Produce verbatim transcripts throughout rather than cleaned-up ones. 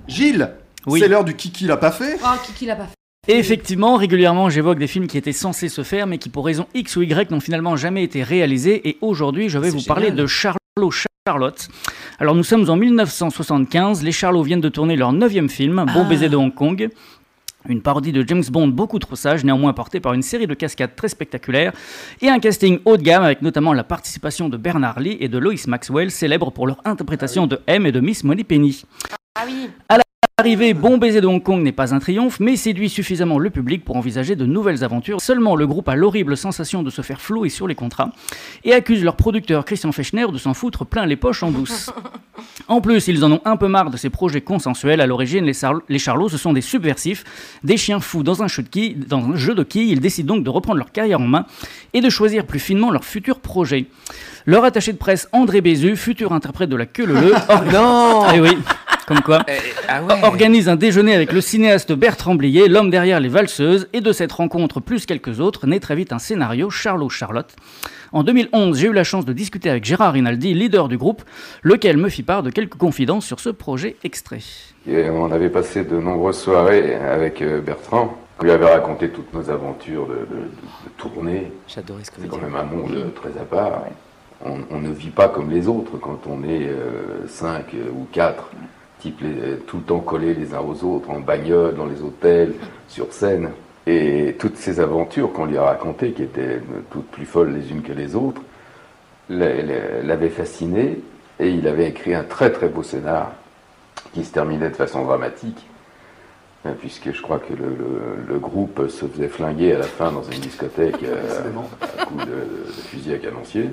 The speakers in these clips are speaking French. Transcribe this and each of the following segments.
Gilles, oui. C'est l'heure du Kiki l'a pas fait. Oh, Kiki l'a pas fait. Et effectivement, régulièrement, j'évoque des films qui étaient censés se faire, mais qui pour raison X ou Y n'ont finalement jamais été réalisés. Et aujourd'hui, je vais C'est vous génial. parler de Charlot Charlotte. Alors nous sommes en mille neuf cent soixante-quinze, les Charlots viennent de tourner leur neuvième film, Bon baiser de Hong Kong. Une parodie de James Bond beaucoup trop sage, néanmoins portée par une série de cascades très spectaculaires et un casting haut de gamme avec notamment la participation de Bernard Lee et de Lois Maxwell, célèbres pour leur interprétation de M et de Miss Moneypenny. Ah oui. À l'arrivée, Bon baiser de Hong Kong n'est pas un triomphe, mais séduit suffisamment le public pour envisager de nouvelles aventures. Seulement, le groupe a l'horrible sensation de se faire flouer sur les contrats et accuse leur producteur Christian Fechner de s'en foutre plein les poches en douce. En plus, ils en ont un peu marre de ces projets consensuels. À l'origine, les, Sar- les Charlots, ce sont des subversifs, des chiens fous dans un, jeu de quilles, dans un jeu de quilles. Ils décident donc de reprendre leur carrière en main et de choisir plus finement leur futur projet. Leur attaché de presse, André Bézu, futur interprète de la queue leu, or- Non. Eh oui, comme quoi, Eh, ah ouais. organise un déjeuner avec le cinéaste Bertrand Blier, l'homme derrière les valseuses, et de cette rencontre plus quelques autres, naît très vite un scénario, Charlot Charlotte. En deux mille onze, j'ai eu la chance de discuter avec Gérard Rinaldi, leader du groupe, lequel me fit part de quelques confidences sur ce projet extrait. Et on avait passé de nombreuses soirées avec euh, Bertrand. On lui avait raconté toutes nos aventures de, de, de, de tournée. J'adorais ce C'est comédien. quand même un monde euh, très à part. On, on ne vit pas comme les autres quand on est euh, cinq euh, ou quatre, type les, tout le temps collés les uns aux autres, en bagnole, dans les hôtels, sur scène. Et toutes ces aventures qu'on lui a racontées, qui étaient euh, toutes plus folles les unes que les autres, l'a- l'a- l'avaient fasciné. Et il avait écrit un très très beau scénar qui se terminait de façon dramatique, euh, puisque je crois que le, le- le groupe se faisait flinguer à la fin dans une discothèque euh, à coup de, de fusil à canoncier.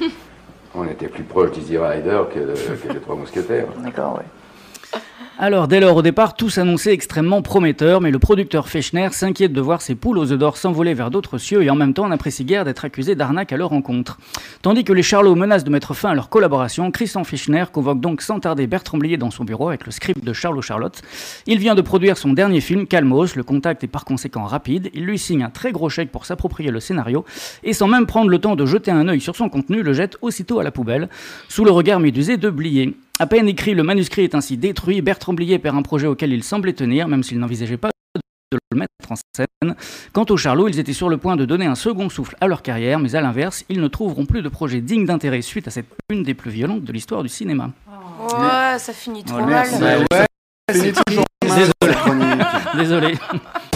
On était plus proche d'Easy Rider que, que les Trois Mousquetaires. D'accord, ouais. Alors, dès lors, au départ, tout s'annonçait extrêmement prometteur, mais le producteur Fechner s'inquiète de voir ses poules aux œufs d'or s'envoler vers d'autres cieux et en même temps n'apprécie guère d'être accusé d'arnaque à leur rencontre. Tandis que les Charlots menacent de mettre fin à leur collaboration, Christian Fechner convoque donc sans tarder Bertrand Blier dans son bureau avec le script de Charlot Charlotte. Il vient de produire son dernier film, Calmos, le contact est par conséquent rapide. Il lui signe un très gros chèque pour s'approprier le scénario et sans même prendre le temps de jeter un œil sur son contenu, le jette aussitôt à la poubelle, sous le regard médusé de Blier. À peine écrit, le manuscrit est ainsi détruit. Bertrand Blier perd un projet auquel il semblait tenir, même s'il n'envisageait pas de le mettre en scène. Quant aux Charlots, ils étaient sur le point de donner un second souffle à leur carrière, mais à l'inverse, ils ne trouveront plus de projet digne d'intérêt suite à cette une des plus violentes de l'histoire du cinéma. Ouais, ça finit trop Voilà. mal. Bah ouais, C'est fini toujours. Désolé. Chronique. Désolé.